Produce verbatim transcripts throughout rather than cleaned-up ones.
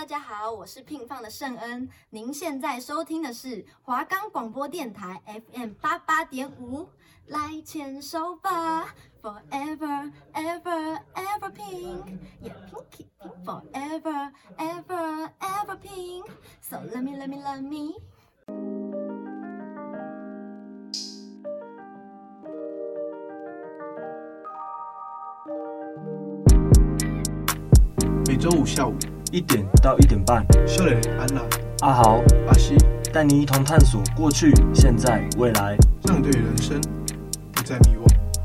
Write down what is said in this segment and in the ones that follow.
家好，我是聘放的盛恩。您现在收听的是华冈广播电台 F M 八八点五，来牵手吧 ，Forever Ever Ever Pink， yeah Pinky Pink Forever Ever Ever Pink，So let me let me let me。 每周五下午一点到一点半， 笑脸安娜、 阿豪、 阿西带你一同探索过去、现在、未来， 让你对人生不再迷惘。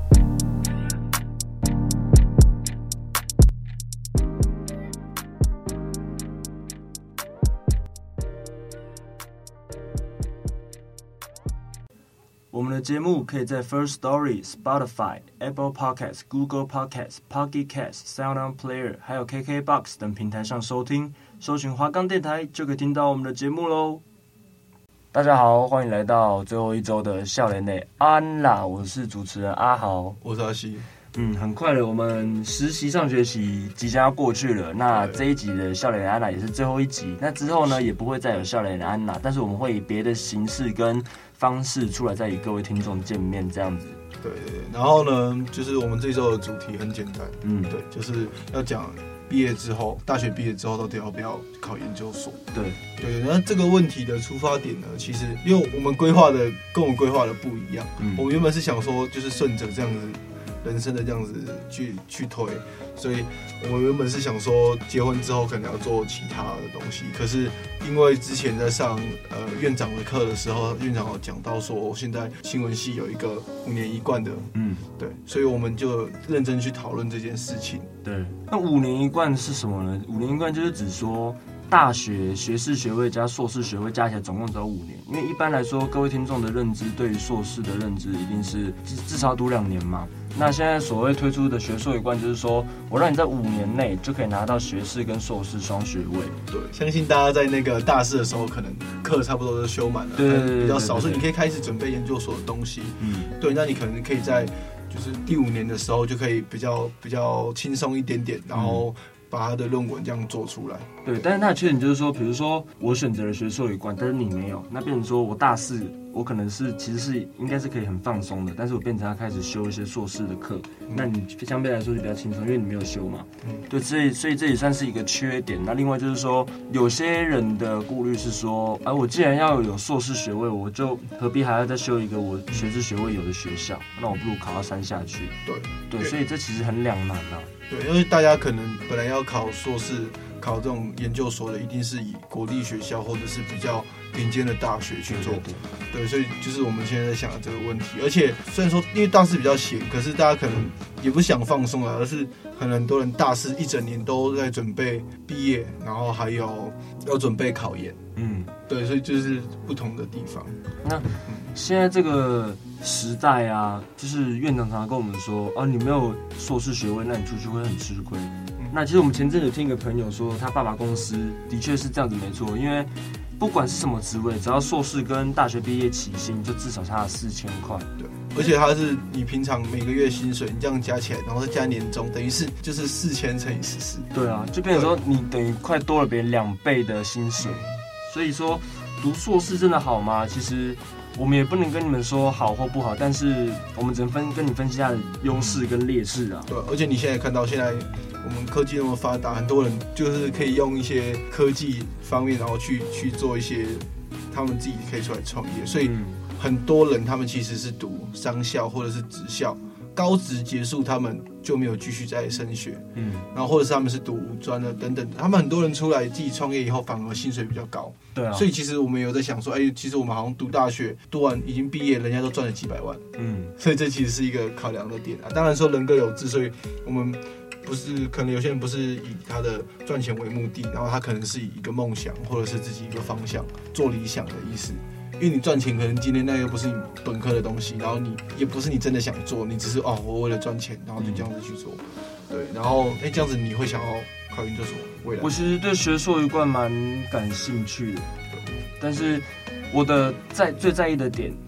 我们的节目可以在 First Story、Spotify、Apple Podcasts、Google Podcasts、Pocket Casts、SoundOn Player 还有 K K Box 等平台上收听，搜寻华冈电台就可以听到我们的节目喽。大家好，欢迎来到最后一周的笑脸内安啦，我是主持人阿豪， 我是阿西。 嗯，很快的，我们实习上学期即将要过去了。那这一集的笑脸安娜也是最后一集，那之后呢，也不会再有笑脸安娜，但是我们会以别的形式跟方式出来，再与各位听众见面，这样子。 对对对，然后呢，就是我们这一周的主题很简单， 嗯， 对，就是要讲毕业之后，大学毕业之后到底要不要考研究所？ 对对，那这个问题的出发点呢，其实因为我们规划的跟我们规划的不一样，嗯，我们原本是想说，就是顺着这样子人生的这样子去去推，所以我原本是想说，结婚之后可能要做其他的东西。可是因为之前在上呃院长的课的时候，院长有讲到说，现在新闻系有一个五年一贯的，嗯，对，所以我们就认真去讨论这件事情。 对，那五年一贯是什么呢？五年一贯就是指说，大学学士学位加硕士学位加起来总共只有五年，因为一般来说，各位听众的认知对于硕士的认知一定是至至少读两年嘛。那现在所谓推出的学硕一贯，就是说我让你在五年内就可以拿到学士跟硕士双学位。 对，相信大家在那个大四的时候，可能课差不多都修满了， 对对对对对， 比较少，所以你可以开始准备研究所的东西。嗯，对，那你可能可以在就是第五年的时候就可以比较比较轻松一点点，然后把他的论文这样做出来。 对，但是它的缺点就是说，比如说我选择了学硕一贯，但是你没有，那变成说我大四我可能是其实是应该是可以很放松的，但是我变成要开始修一些硕士的课，嗯，那你相对来说就比较轻松，因为你没有修嘛。嗯，对，所以所以这也算是一个缺点。那另外就是说，有些人的顾虑是说，啊，我既然要有硕士学位，我就何必还要再修一个我学士学位有的学校？那我不如考到山下去。 对对，所以这其实很两难啊。 对，因为大家可能本来要考硕士、考这种研究所的，一定是以国立学校或者是比较顶尖的大学去做。对, 对, 对，所以就是我们现在在想的这个问题。而且虽然说因为大四比较闲，可是大家可能也不是想放松啊，而是可能很多人大四一整年都在准备毕业，然后还有要准备考研。嗯，对，所以就是不同的地方。 那现在这个时代啊，就是院长常常跟我们说，啊，你没有硕士学位，那你出去会很吃亏。嗯，那其实我们前阵子听一个朋友说，他爸爸公司的确是这样子，没错，因为不管是什么职位，只要硕士跟大学毕业起薪，就至少差了四千块。 对，而且它是你平常每个月薪水，你这样加起来，然后再加年终，等于是就是四千乘以十四。 对啊，就变成说你等于快多了别人两倍的薪水。所以说，读硕士真的好吗？其实我们也不能跟你们说好或不好，但是我们只能分跟你分析它的优势跟劣势啊。 对，而且你现在看到现在我们科技那么发达，很多人就是可以用一些科技方面，然后去去做一些他们自己可以出来创业。所以很多人他们其实是读商校或者是职校，高职结束他们就没有继续再升学，嗯，然后或者是他们是读五专的等等，他们很多人出来自己创业以后，反而薪水比较高。 对啊， 所以其实我们有在想说，哎，其实我们好像读大学，读完已经毕业，人家都赚了几百万，嗯，所以这其实是一个考量的点啊。当然说人各有志，所以我们不是可能有些人不是以他的赚钱为目的，然后他可能是以一个梦想或者是自己一个方向做理想的意思。因为你赚钱，可能今天那又不是你本科的东西，然后你也不是你真的想做，你只是哦，我为了赚钱，然后就这样子去做，对，然后哎，这样子你会想要考研究所未来？ 我其实对学硕一贯蛮感兴趣的，但是我的在最在意的点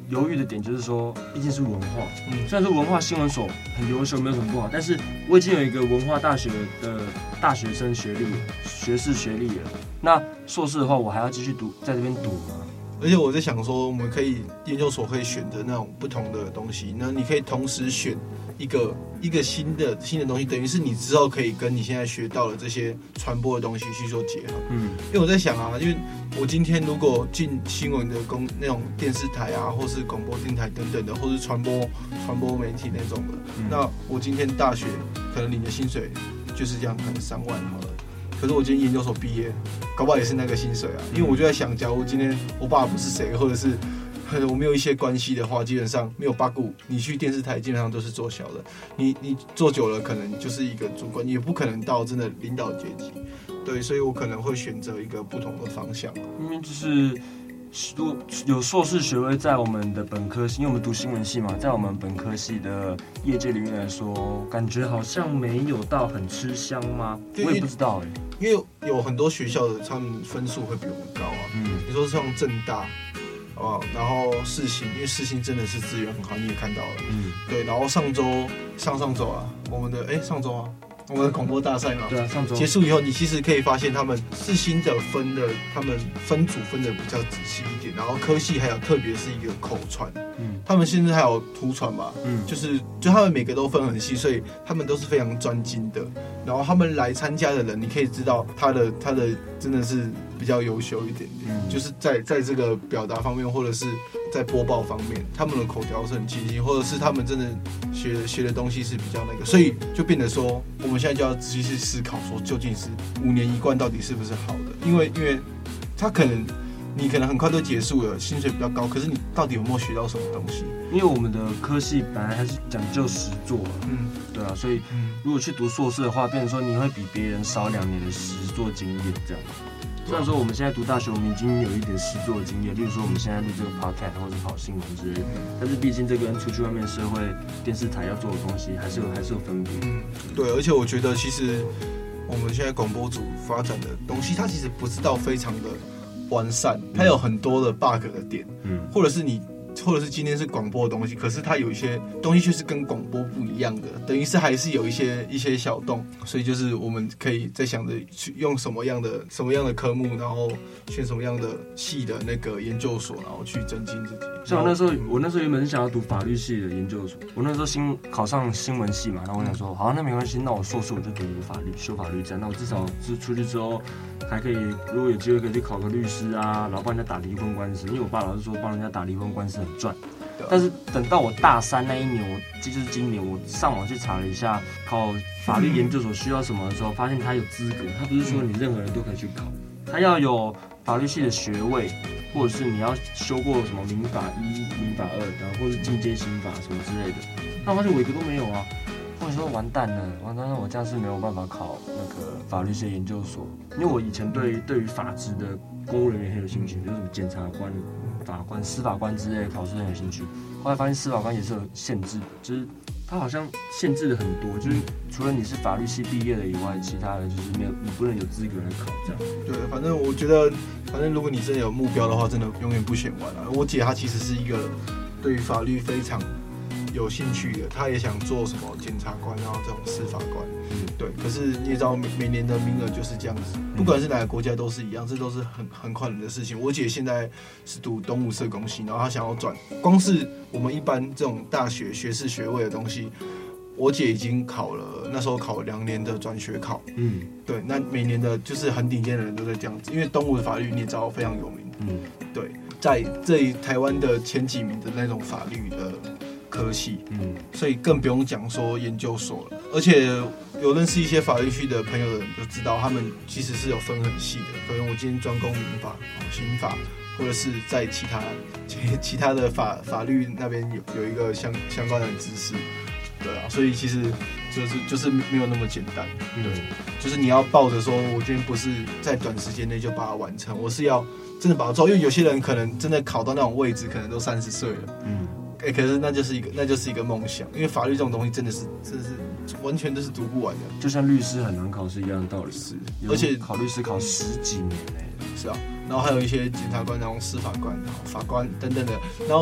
犹豫的点就是说，毕竟是文化，嗯，虽然说文化新闻所很优秀，没有什么不好，但是我已经有一个文化大学的大学生学历，学士学历了。那硕士的话，我还要继续读，在这边读吗？ 而且我在想说，我们可以研究所可以选择那种不同的东西，那你可以同时选一个一个新的新的东西，等于是你之后可以跟你现在学到的这些传播的东西去做结合。嗯，因为我在想啊，因为我今天如果进新闻的公那种电视台啊，或是广播电台等等的，或是传播传播媒体那种的，嗯、那我今天大学可能领的薪水就是这样，可能三万好了。可是我今天研究所毕业，搞不好也是那个薪水啊。因为我就在想，假如今天我爸不是谁，或者是我没有一些关系的话，基本上没有八股，你去电视台基本上都是做小的。你你做久了，可能就是一个主管，也不可能到真的领导阶级。对，所以我可能会选择一个不同的方向。 因为就是有硕士学位在我们的本科系，因为我们读新闻系嘛，在我们本科系的业界里面来说，感觉好像没有到很吃香吗？我也不知道哎、欸。 因为有很多学校的他们分数会比我们高啊。嗯，你说像政大，哦，然后世新，因为世新真的是资源很好，你也看到了。嗯，对，然后上周上上周啊，我们的哎上周啊。我们的广播大赛嘛， 对啊，上周结束以后，你其实可以发现他们世新的分的，他们分组分的比较仔细一点，然后科系还有特别是一个口传，嗯，他们现在还有图传嘛，嗯，就是就他们每个都分很细，所以他们都是非常专精的。然后他们来参加的人，你可以知道他的他的真的是比较优秀一点点，嗯、就是在在这个表达方面，或者是在播报方面，他们的口条是很清晰，或者是他们真的学学的东西是比较那个，所以就变得说，我们现在就要仔细去思考，说究竟是五年一贯到底是不是好的？因为因为他可能你可能很快都结束了，薪水比较高，可是你到底有没有学到什么东西？ 因为我们的科系本来还是讲究实作，嗯，对啊，所以如果去读硕士的话，变成说你会比别人少两年的实作经验，这样。虽然说我们现在读大学，我们已经有一点实作经验，例如说我们现在录这个 podcast 或者跑新闻之类的，但是毕竟这跟出去外面社会电视台要做的东西还是有还是有分别。 嗯，对，而且我觉得其实我们现在广播组发展的东西，它其实不是到非常的完善，它有很多的 bug 的点，嗯，或者是你。或者是今天是广播的东西，可是它有一些东西却是跟广播不一样的，等于是还是有一些一些小洞，所以就是我们可以在想着去用什么样的什么样的科目，然后选什么样的系的那个研究所，然后去增进自己。 像我那时候，我那时候原本是想要读法律系的研究所，我那时候新考上新闻系嘛，然后我想说，好，那没关系，那我硕士我就读法律，修法律站，那我至少是出去之后还可以，如果有机会可以去考个律师啊，然后帮人家打离婚官司，因为我爸老是说帮人家打离婚官司很赚。但是等到我大三那一年，我就是今年，我上网去查了一下考法律研究所需要什么的时候，发现他有资格，他不是说你任何人都可以去考，他要有法律系的学位，或者是你要修过什么民法一、民法二，然后或是进阶刑法什么之类的。那我发现我一个都没有啊，我说完蛋了，完蛋了，我这样是没有办法考那个法律系研究所，因为我以前对对于法治的公务人员很有兴趣，就是什么检察官。法官、司法官之类的考试很有兴趣，后来发现司法官也是有限制，就是他好像限制了很多，就是除了你是法律系毕业的以外，其他的就是没有，你不能有资格来考这样。 对，反正我觉得，反正如果你真的有目标的话，真的永远不嫌晚啊。我姐她其实是一个对于法律非常有兴趣的，她也想做什么检察官，然后这种司法官。嗯，对。可是你也知道，每每年的名额就是这样子，不管是哪个国家都是一样，这都是很很困难的事情。我姐现在是读东吴社工系，然后她想要转，光是我们一般这种大学学士学位的东西，我姐已经考了，那时候考两年的转学考。嗯，对。那每年的就是很顶尖的人都在这样子，因为东吴的法律你也知道非常有名。嗯，对，在这台湾的前几名的那种法律的科系，嗯，所以更不用讲说研究所了。而且有认识一些法律系的朋友的人就知道，他们其实是有分很细的。可能我今天专攻民法、刑法，或者是在其他其其他的法法律那边有有一个相相关的知识，对啊，所以其实就是就是没有那么简单，对，就是你要抱着说，我今天不是在短时间内就把它完成，我是要真的把它做，因为有些人可能真的考到那种位置，可能都三十岁了，嗯。哎、欸，可是那就是一个，那就是一个梦想，因为法律这种东西真的是，真的是完全都是读不完的， 就像律师很难考是一样的道理。 是，而且考律师考十几年嘞。 是啊，然后还有一些检察官、然后司法官、法官等等的，然后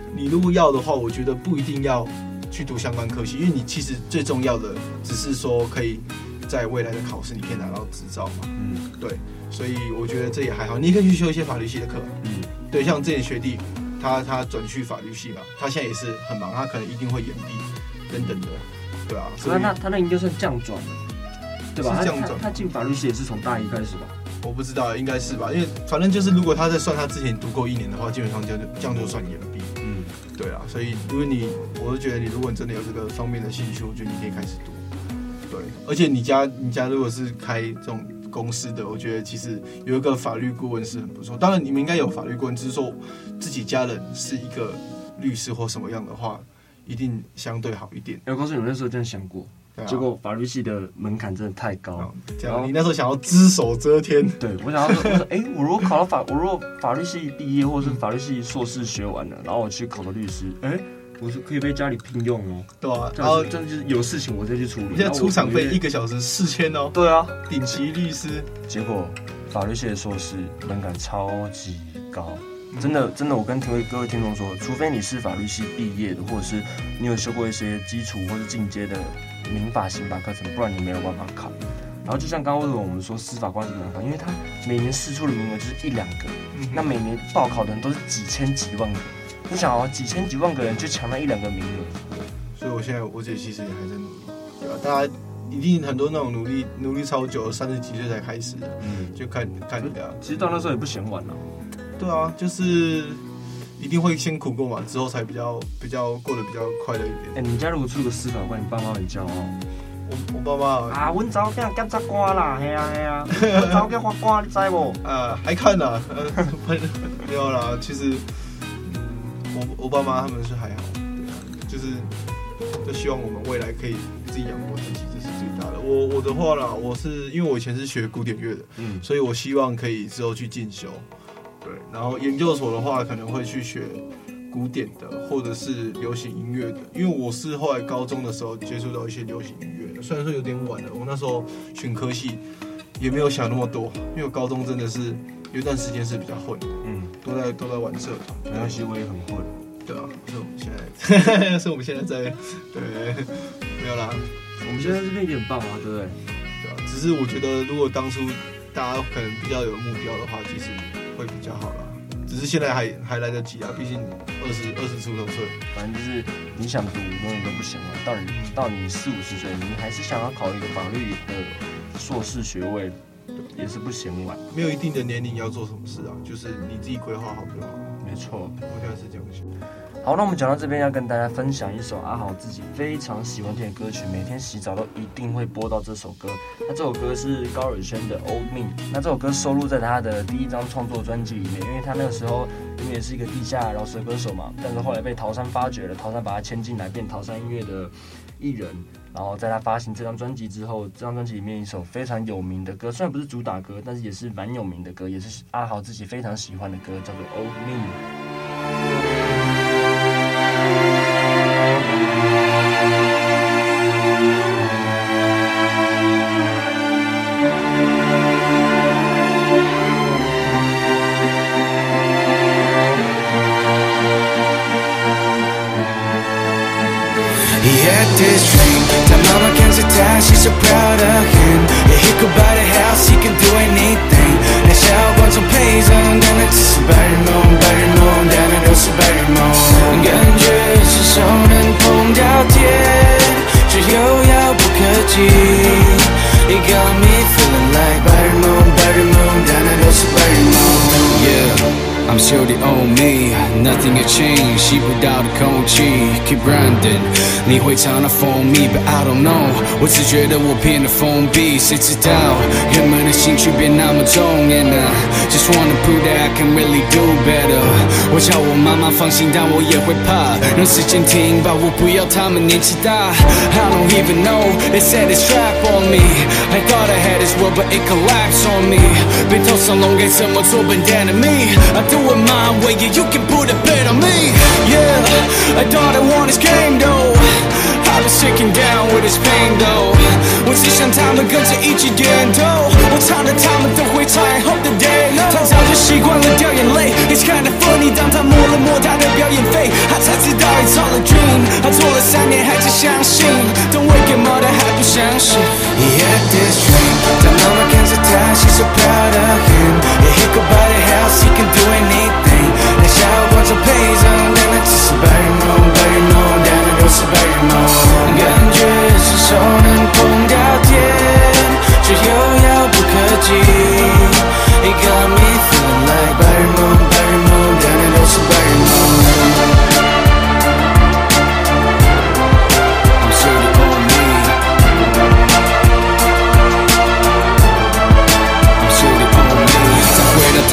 你如果要的话，我觉得不一定要去读相关科系，因为你其实最重要的只是说可以在未来的考试你可以拿到执照嘛。嗯，对，所以我觉得这也还好，你也可以去修一些法律系的课。嗯，对，像之前学弟他他转去法律系嘛，他现在也是很忙，他可能一定会延毕等等的，对啊。 所以那他那应该算降转了，对吧？ 是降转。 他进法律系也是从大一开始吧？ 我不知道，应该是吧，因为反正就是如果他在算他之前读够一年的话，基本上这样就这样就算延毕。嗯，对啊，所以如果你，我是觉得你如果你真的有这个方面的兴趣，我觉得你可以开始读。对，而且你家你家如果是开这种公司的，我觉得其实有一个法律顾问是很不错。当然你们应该有法律顾问，只是说自己家人是一个律师或什么样的话，一定相对好一点。 我告诉你，我那时候这样想过。结果法律系的门槛真的太高， 这样你那时候想要只手遮天。 对，我想要说，我说，哎、欸，我如果考到法，我如果法律系毕业，或者是法律系硕士学完了，然后我去考个律师，哎、欸，我是可以被家里聘用哦。 对啊， 然后真的就是有事情我再去处理。 现在出场费一个小时四千哦。 对啊， 顶级律师。 结果法律系的硕士门槛超级高。真的，真的，我跟各位听众说，除非你是法律系毕业的，或者是你有修过一些基础或是进阶的民法、刑法课程，不然你没有办法考。然后就像刚刚为什么我们说司法官是难考，因为他每年释出的名额就是一两个，嗯、那每年报考的人都是几千几万个。你想啊，几千几万个人去抢那一两个名额。 所以我现在我姐其实也还在努力，对吧？大家一定很多那种努力努力超久，三十几岁才开始的，嗯，就看看你的。 其实到那时候也不嫌晚了。 对啊，就是一定会先苦过嘛，之后才比较比较过得比较快乐一点。 哎、欸，你家如果出个司法官，你爸妈很骄傲。 我我爸妈啊，阮查某囝检察官啦，嘿啊嘿啊，阮查某囝法官，你知无？ 啊，还看呢、呃，没有啦。其实我我爸妈他们是还好，对啊，就是就希望我们未来可以自己养活自己，这是最大的。我我的话啦，我是因为我以前是学古典乐的，嗯，所以我希望可以之后去进修。对，然后研究所的话可能会去学古典的或者是流行音乐的，因为我是后来高中的时候接触到一些流行音乐的，虽然说有点晚了，我那时候选科系也没有想那么多，因为我高中真的是有一段时间是比较混的，嗯，都在都在玩社团， 没关系，我也很混， 对啊，所以我们现在，所以我们现在在，对，没有啦， 我们现在这边也很棒啊，对不对？ 对啊，只是我觉得如果当初大家可能比较有目标的话，其实会比较好啦，只是现在还还来得及啊，毕竟二十二十出头岁， 反正就是你想读永远都不嫌晚。到你到你四五十岁，你还是想要考一个法律的硕士学位，也是不嫌晚。 没有一定的年龄要做什么事啊，就是你自己规划好就好。 没错， 我现在是这样想。 好，那我们讲到这边，要跟大家分享一首阿豪自己非常喜欢听的歌曲，每天洗澡都一定会播到这首歌。那这首歌是高尔宣的《Old Me》，那这首歌收录在他的第一张创作专辑里面。因为他那个时候因为也是一个地下饶舌歌手嘛，但是后来被陶山发掘了，陶山把他签进来，变陶山音乐的艺人。然后在他发行这张专辑之后，这张专辑里面一首非常有名的歌，虽然不是主打歌，但是也是蛮有名的歌，也是阿豪自己非常喜欢的歌，叫做《Old Me》。 He had this dream that mama can sit down, she's so proud of him. Yeah, he could buy the house, he can do anything. 내 샤워관청 페이전 나는 스파이더맨 스파이더맨 나는 스파이더맨 간절 시선은 봄다운에 지효야 부끄지. It got me feeling like Spider-Man, Spider-Man 나는 스파이더맨. Yeah. I'm sure they owe me, nothing has changed. She without a cold cheek, keep grinding. 你会常常 phone me, but I don't know. 我只觉得我变得封闭，谁知道人们的兴趣变那么重 And I just wanna prove that I can really do better. 我叫我妈妈放心，但我也会怕，让时间停吧，我不要他们年纪大。I don't even know, they said it's trap on me. I thought I had this world, but it collapsed on me. 被头上龙该怎么做笨蛋的 me? I do it my way, yeah, you can put a bet on me. Yeah, I thought I won this game though. I've been sticking down with this pain though. 我只想他们跟着一起点头，我唱的他们都会唱 I hope that they know. 他早就习惯了掉眼泪， It's kinda funny 当他摸了摸他的表演费，他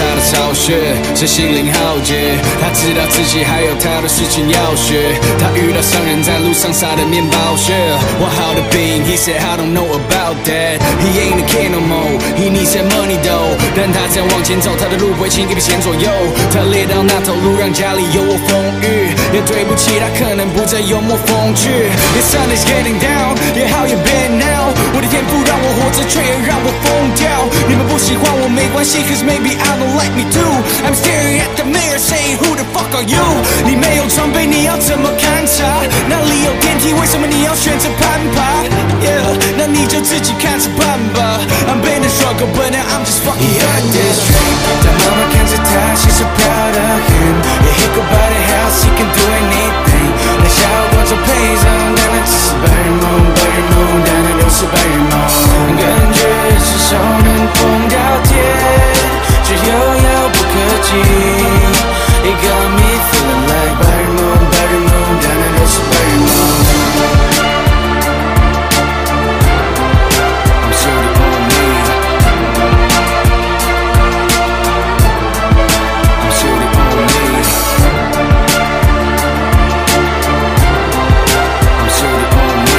的巢穴，是心灵浩劫。他知道自己还有他的事情要学。他遇到商人在路上撒的面包屑。What how to be? He said I don't know about that. He ain't a kid no more. He needs that money though. 但他这样往前走，他的路不会轻易被牵左右。他列到那头路，让家里有我风雨。也对不起，他可能不再幽默风趣。The sun is getting down. Yeah, how you been now? 我的天赋让我活着，却也让我疯掉。你们不喜欢我没关系 ，cause maybe I don't like me too. I'm staring at the mirror, saying Who the fuck are you? 你没有装备，你要怎么勘察？哪里有电梯？为什么你要选择攀爬 ？Yeah， 那你就自己看着办吧。I'm been a struggle, but now I'm just fucking He got this dream， 但妈妈看着他 ，she's so proud of him. Yeah, he could buy the house, he can do anything. 那小光就配上，但那只是白日梦，白日梦，但那都是白日梦。感觉至少能碰到天，却又遥不可及。It got me feeling like 白日梦，白日梦，但那都是白日梦。I'm sorry on me. I'm sorry on me. I'm sorry on me.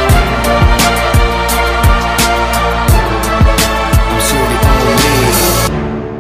I'm sorry on me.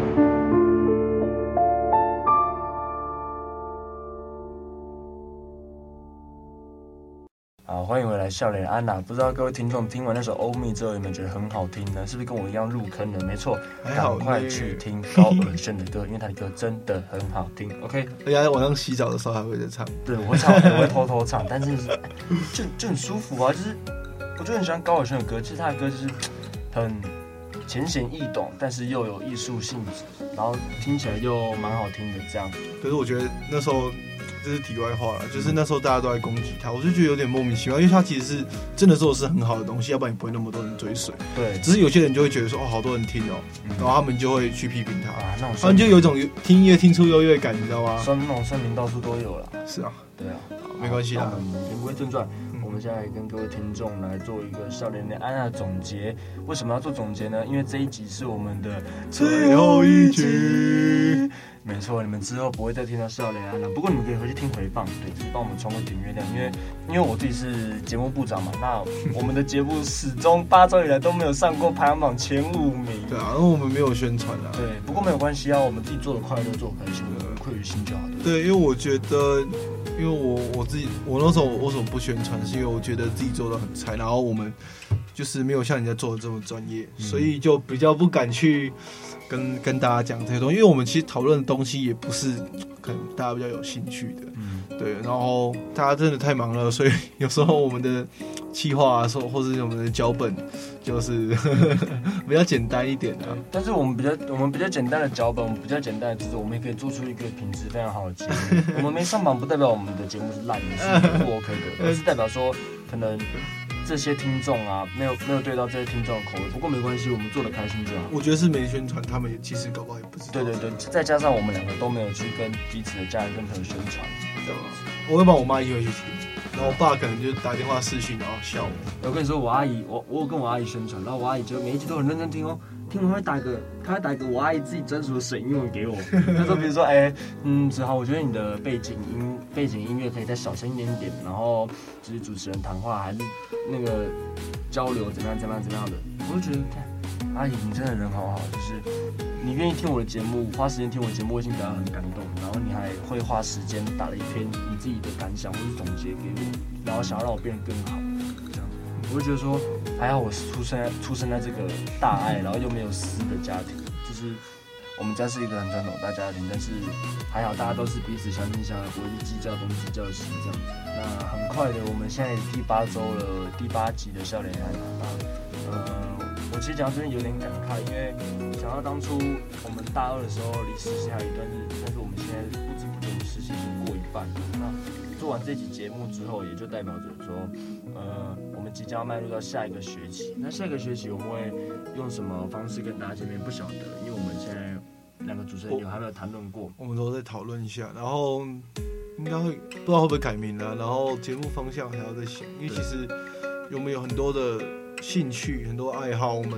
好，欢迎回来，笑脸安娜。不知道各位听众听完那首《欧米》之后，有没有觉得很好听呢？是不是跟我一样入坑了？没错，赶快去听高尔宣的歌，因为他的歌真的很好听。OK， 而且晚上洗澡的时候还会在唱。 对，我会唱，我会偷偷唱，但是就就很舒服啊。就是我就很喜欢高尔宣的歌，其实他的歌就是很浅显易懂，但是又有艺术性质，然后听起来又蛮好听的这样。 可是我觉得那时候。这是题外话了，就是那时候大家都在攻击他，我就觉得有点莫名其妙，因为他其实是真的做的是很好的东西，要不然也不会那么多人追随。 对， 只是有些人就会觉得说，哦，好多人听哦，嗯、然后他们就会去批评他， 啊、那他们就有一种听音乐听出优越感，你知道吗？ 酸那种酸民到处都有了。 是啊， 对啊， 没关系啦。 言归正传，嗯、我们现在跟各位听众来做一个笑脸的安娜总结。为什么要做总结呢？因为这一集是我们的最后一集。 没错，你们之后不会再听到笑脸安娜，不过你们可以回去听回放，对，就是帮我们冲个点阅量，因为因为我自己是节目部长嘛，那我们的节目始终八周以来都没有上过排行榜前五名。 对啊，因为我们没有宣传啊。 对，不过没有关系啊，我们自己做的快乐，做的开心，我们愧于心就好了。 对，因为我觉得，因为我我自己，我那时候我为什么不宣传，是因为我觉得自己做的很菜，然后我们就是没有像人家做的这么专业，嗯、所以就比较不敢去。跟跟大家讲这些东西，因为我们其实讨论的东西也不是可能大家比较有兴趣的，嗯，对。然后大家真的太忙了，所以有时候我们的企划啊，或者是我们的脚本，就是呵呵比较简单一点的、啊。 但是我们比较我们比较简单的脚本，我们比较简单的制作，我们也可以做出一个品质非常好的节目。我们没上榜不代表我们的节目是烂的，是不 OK 的，而是代表说可能。这些听众啊，没有没有对到这些听众的口味，不过没关系，我们做的开心就好。 我觉得是没宣传，他们也其实搞不好也不知道。 对对对，再加上我们两个都没有去跟彼此的家人跟朋友宣传， 对吧？我会帮我妈一起回去听，然后我爸可能就打电话视讯，然后笑我。 我跟你说，我阿姨，我我有跟我阿姨宣传，然后我阿姨就每一集都很认真听哦。听完会打个，他会打一个我阿姨自己专属的水英文给我。他说，比如说，哎、欸，嗯，子豪，我觉得你的背景音背景音乐可以再小声一点点，然后就是主持人谈话还是那个交流怎么样怎么样怎么样的，我就觉得，看阿姨你真的人好好，就是你愿意听我的节目，花时间听我的节目，我已经感到很感动，然后你还会花时间打了一篇你自己的感想或是总结给我，然后想要让我变得更好，这样。我会觉得说，还好我出生在出生在这个大爱，然后又没有私的家庭，就是我们家是一个很传统大家庭，但是还好大家都是彼此相亲相爱，不会去计较东计较西这样子。那很快的，我们现在第八周了，第八集的笑脸安娜。呃，我其实讲到这边有点感慨，因为想到当初我们大二的时候离实习还有一段日子，但是我们现在不知不觉实习已经过一半了。那做完这集节目之后，也就代表着说，呃，我们即将要迈入到下一个学期。那下一个学期我们会用什么方式跟大家见面？不晓得，因为我们现在两个主持人有还没有谈论过， 我们都在讨论一下，然后应该会不知道会不会改名了，然后节目方向还要再想，因为其实我们有很多的兴趣、很多爱好，我们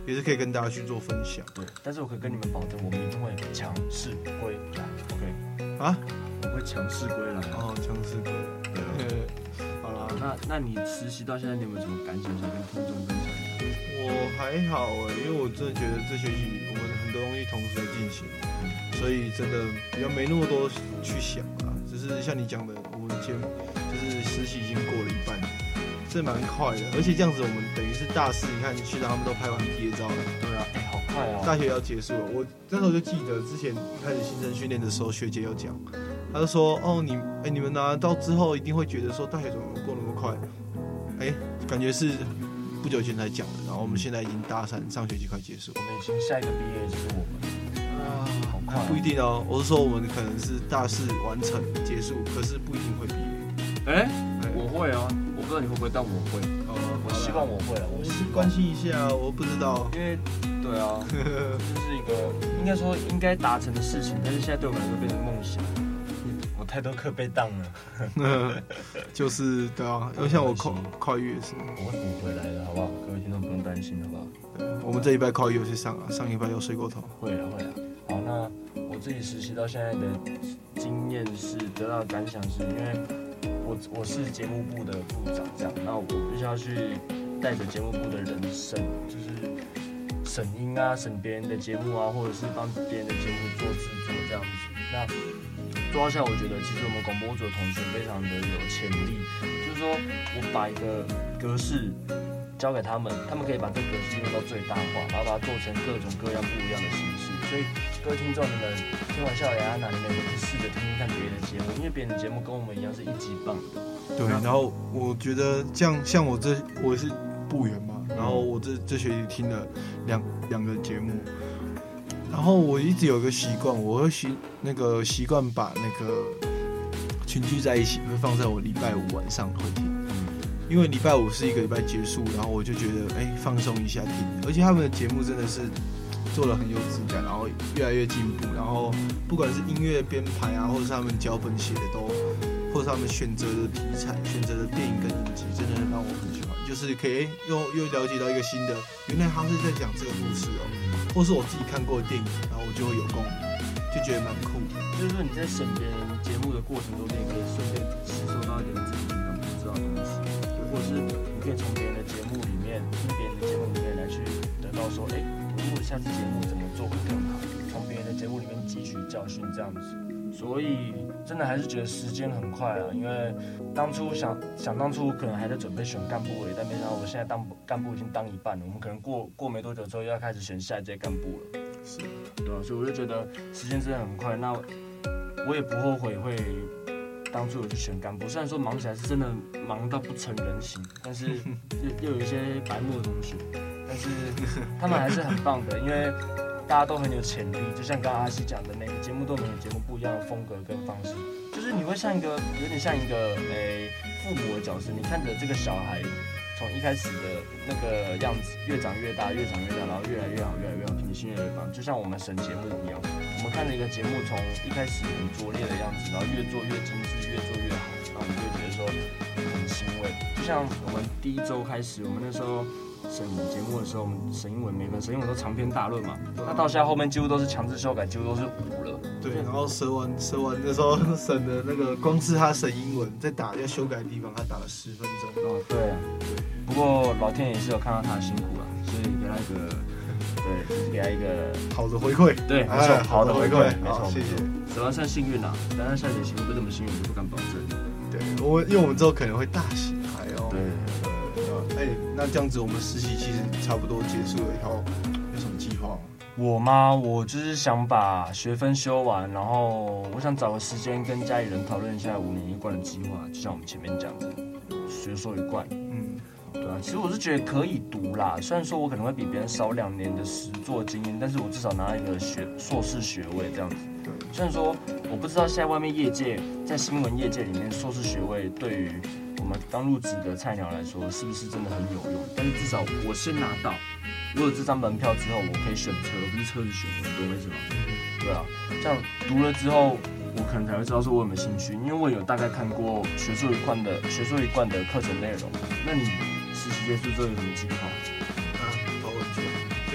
也是可以跟大家去做分享。 对，但是我可以跟你们保证，我们一定会强势归来 ，OK？ 啊， 我们会强势归来。 哦，强势归来。对，好啦， 那那你实习到现在，你有没有什么感想想跟听众分享一下？ 我还好哎，因为我真的觉得这学期我们很多东西同时在进行，所以真的比较没那么多去想啊。只是像你讲的，我们前就是实习已经过了一半，这蛮快的。而且这样子，我们等于是大四，你看学长他们都拍完毕业照了。 对啊，哎、欸，好快啊！ 大学要结束了。我那时候就记得之前一开始新生训练的时候，学姐有讲，她就说：“哦，你哎、欸，你们拿到之后一定会觉得说大学怎么过那么快？哎、欸，感觉是。”不久前才讲的，然后我们现在已经大三，上学期快结束， 我们已经下一个毕业就是我们啊，好快、啊！ 不一定哦，我是说我们可能是大四完成结束，可是不一定会毕业。 哎、欸，我会啊，我不知道你会不会，但我会。哦、呃，我希望我会啊，我是关心一下，我不知道。 因为对啊，这是一个应该说应该达成的事情，但是现在对我们来说变成梦想。太多课被当了， 就是对啊，因为像我跨跨越是， 我会补回来的，好不好？各位听众不用担心，好不好？ 对，我们这一拜跨越有去上啊，上一拜又睡过头。 会啊会啊。好，那我自己实习到现在的经验是得到的感想是，因为我我是节目部的部长，这样，那我必须要去带着节目部的人审，就是审音啊，审别人的节目啊，或者是帮别人的节目做制作这样子。那做到现在，我觉得其实我们广播组的同学非常的有潜力，就是说我把一个格式交给他们，他们可以把这个格式用到最大化，然后把它做成各种各样不一样的形式。所以各位听众，你们听完笑脸安娜，你们也可以试着听听看别人的节目，因为别人的节目跟我们一样是一级棒的。 对，然后我觉得这样，像我这我是部员嘛，然后我这这学期听了两两个节目。然后我一直有个习惯，我会习那个习惯把那个群聚在一起，会放在我礼拜五晚上会听，因为礼拜五是一个礼拜结束，然后我就觉得哎放松一下听，而且他们的节目真的是做了很有质感，然后越来越进步，然后不管是音乐编排啊，或者是他们脚本写的都，或者是他们选择的题材、选择的电影跟影集，真的让我很喜欢，就是可以又又了解到一个新的，原来他是在讲这个故事哦。或是我自己看过的电影，然后我就会有共鸣，就觉得蛮酷的。 就是说你在审别人节目的过程中，你也可以顺便吸收到一点自己平常不知道的东西，或者是你可以从别人的节目里面、听别人的节目里面来去得到说，哎、欸，我如果下次节目怎么做会更好，从别人的节目里面汲取教训这样子。所以真的还是觉得时间很快啊，因为当初想想当初可能还在准备选干部而已，但没想到我现在当干部已经当一半了，我们可能过过没多久之后又要开始选下一届干部了，是，对啊，所以我就觉得时间真的很快，那我也不后悔会当初有去选干部，虽然说忙起来是真的忙到不成人形，但是又又有一些白目的同学，但是他们还是很棒的，因为大家都很有潜力，就像刚刚阿西讲的，每个节目都有每个节目不一样的风格跟方式，就是你会像一个有点像一个诶、欸、父母的角色，你看着这个小孩从一开始的那个样子越长越大，越长越大，然后越来越好，越来越好，品性越来越棒，就像我们审节目一样，我们看着一个节目从一开始很拙劣的样子，然后越做越精致，越做越好，然后我们就会觉得说很欣慰。就像我们第一周开始，我们那时候审节目的时候，我们审英文每个审英文都长篇大论嘛，那到现在后面几乎都是强制修改，几乎都是五了。 对，然后审完审完的时候审的那个，光是他审英文在打要修改的地方，他打了十分钟。 哦，对啊。不过老天也是有看到他的辛苦了，所以给他一个，对，就是给他一个好的回馈。 对，没错，好的回馈，没错， 谢谢。 主要算幸运啦，但是下学期会不会这么幸运，我不敢保证。 对，我因为我们之后可能会大洗牌哦。 对。 哎、欸，那这样子我们实习其实差不多结束了以后，有什么计划吗？ 我吗？我就是想把学分修完，然后我想找个时间跟家里人讨论一下五年一贯的计划，就像我们前面讲的，学硕一贯。嗯，对啊，其实我是觉得可以读啦，虽然说我可能会比别人少两年的实作经验，但是我至少拿一个学硕士学位这样子。对，虽然说我不知道现在外面业界在新闻业界里面硕士学位对于我们刚入职的菜鸟来说，是不是真的很有用？但是至少我先拿到，我有这张门票之后，我可以选车，而不是车子选我，懂我意思吗？对啊，这样读了之后，我可能才会知道说我有没有兴趣，因为我有大概看过学硕一贯的学硕一贯的课程内容。那你实习结束之后有什么计划？ 啊，投文件，对，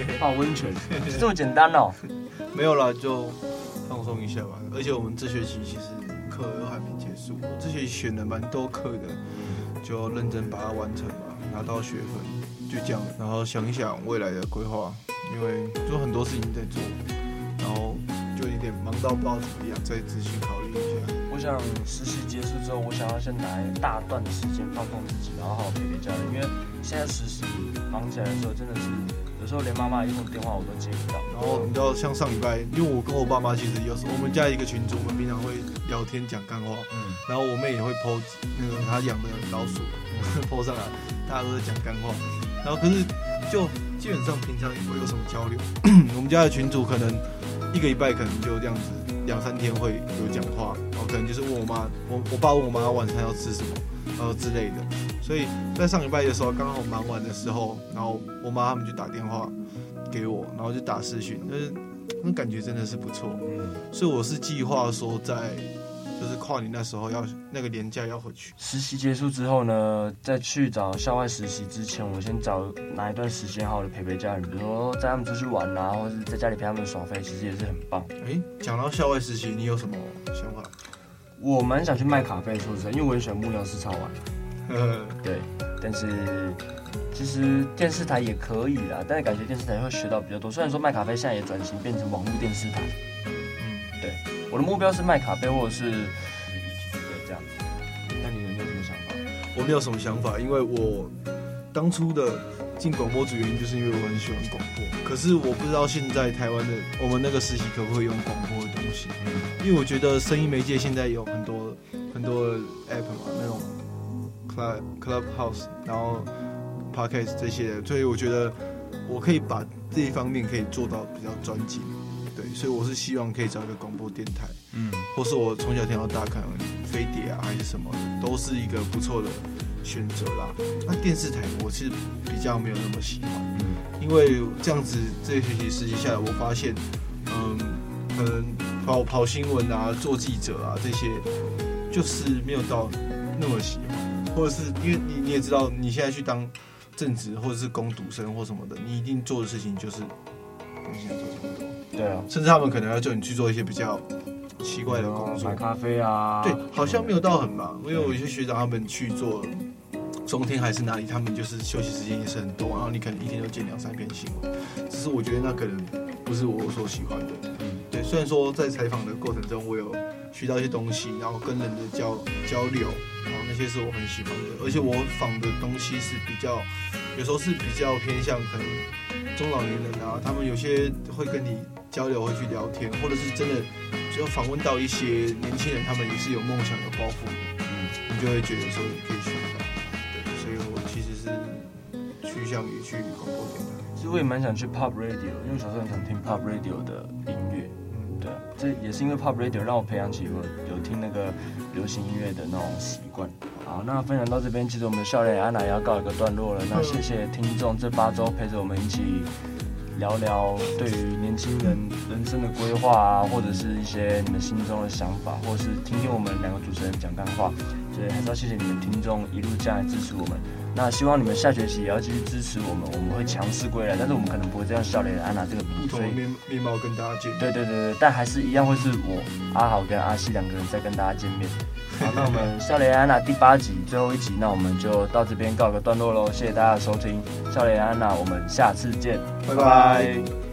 泡温泉，就这么简单哦。 没有啦，就放松一下吧。而且我们这学期其实课都还没结束，这学期选了蛮多课的，就认真把它完成吧，拿到学分，就这样。然后想一想未来的规划，因为就很多事情在做，然后就有点忙到不知道怎么样，再仔细考虑一下。 我想实习结束之后，我想要先拿大段的时间放空自己，然后好好陪陪家人。因为现在实习忙起来的时候，真的是有时候连妈妈一通电话我都接不到。 然后你知道，像上礼拜，因为我跟我爸妈其实有时候我们家一个群组，我们平常会聊天讲干话，嗯，然后我妹也会 po 那个她养的老鼠 po 上来，大家都在讲干话。然后可是就基本上平常也不会有什么交流。我们家的群组可能一个礼拜可能就这样子。两三天会有讲话，然后可能就是问我妈，我我爸问我妈晚餐要吃什么，然后之类的。所以在上礼拜的时候，刚好忙完的时候，然后我妈他们就打电话给我，然后就打视讯，就是那感觉真的是不错。所以我是计划说在就是跨年那时候要那个年假要回去。 实习结束之后呢，再去找校外实习之前，我先找哪一段时间好好的陪陪家人，比如说带他们出去玩啊，或者是在家里陪他们耍废，其实也是很棒。 哎，讲到校外实习，你有什么想法？ 我蛮想去卖咖啡，说实在，因为我很喜欢木料市场玩。对，但是其实电视台也可以啦，但是感觉电视台会学到比较多。虽然说卖咖啡现在也转型变成网络电视台，嗯，对，我的目标是卖咖啡或者是这样子。那你有没有什么想法？ 我没有什么想法，因为我当初的进广播组原因就是因为我很喜欢广播，可是我不知道现在台湾的我们那个实习可不可以用广播的东西，因为我觉得声音媒介现在有很多很多 app 嘛，那种 club clubhouse， 然后 podcast 这些的，所以我觉得我可以把这一方面可以做到比较专精，对，所以我是希望可以找一个广播电台，嗯，或是我从小听到大，可能飞碟啊还是什么的，都是一个不错的选择啦。那电视台我是比较没有那么喜欢，嗯，因为这样子这学期实习下来，我发现，嗯，可能跑跑新闻啊、做记者啊这些，就是没有到那么喜欢，或者是因为你你也知道，你现在去当正职或者是工读生或什么的，你一定做的事情就是跟现在做差不多。对啊，甚至他们可能要叫你去做一些比较奇怪的工作， 买咖啡啊。 对，好像没有到很忙，因为我有些学长他们去做中天还是哪里，他们就是休息时间也是很多，然后你可能一天就见两三篇新闻。只是我觉得那可能不是我所喜欢的。嗯，对，虽然说在采访的过程中我有学到一些东西，然后跟人的交交流，然后那些是我很喜欢的，而且我访的东西是比较，有时候是比较偏向可能中老年人啊，他们有些会跟你交流，会去聊天，或者是真的就访问到一些年轻人，他们也是有梦想、有抱负的，嗯，你就会觉得说你可以学到，对，所以我其实是趋向于去广播电台。 其实我也蛮想去 pop radio， 因为我小时候很想听 pop radio 的音乐，嗯，对啊，这也是因为 pop radio 让我培养起我有听那个流行音乐的那种习惯。好，那分享到这边，其实我们的笑脸安娜也要告一个段落了。那谢谢听众这八周陪着我们一起聊聊对于年轻人人生的规划啊，或者是一些你们心中的想法，或者是听听我们两个主持人讲干话。所以还是要谢谢你们听众一路这样来支持我们。那希望你们下学期也要继续支持我们，我们会强势归来，但是我们可能不会这样笑脸安娜这个名字， 不同的面面貌跟大家见面。 对对对对，但还是一样会是我阿豪跟阿西两个人在跟大家见面。好，那我们笑脸安娜第八集最后一集，那我们就到这边告个段落喽，谢谢大家的收听，笑脸安娜，我们下次见， 拜拜。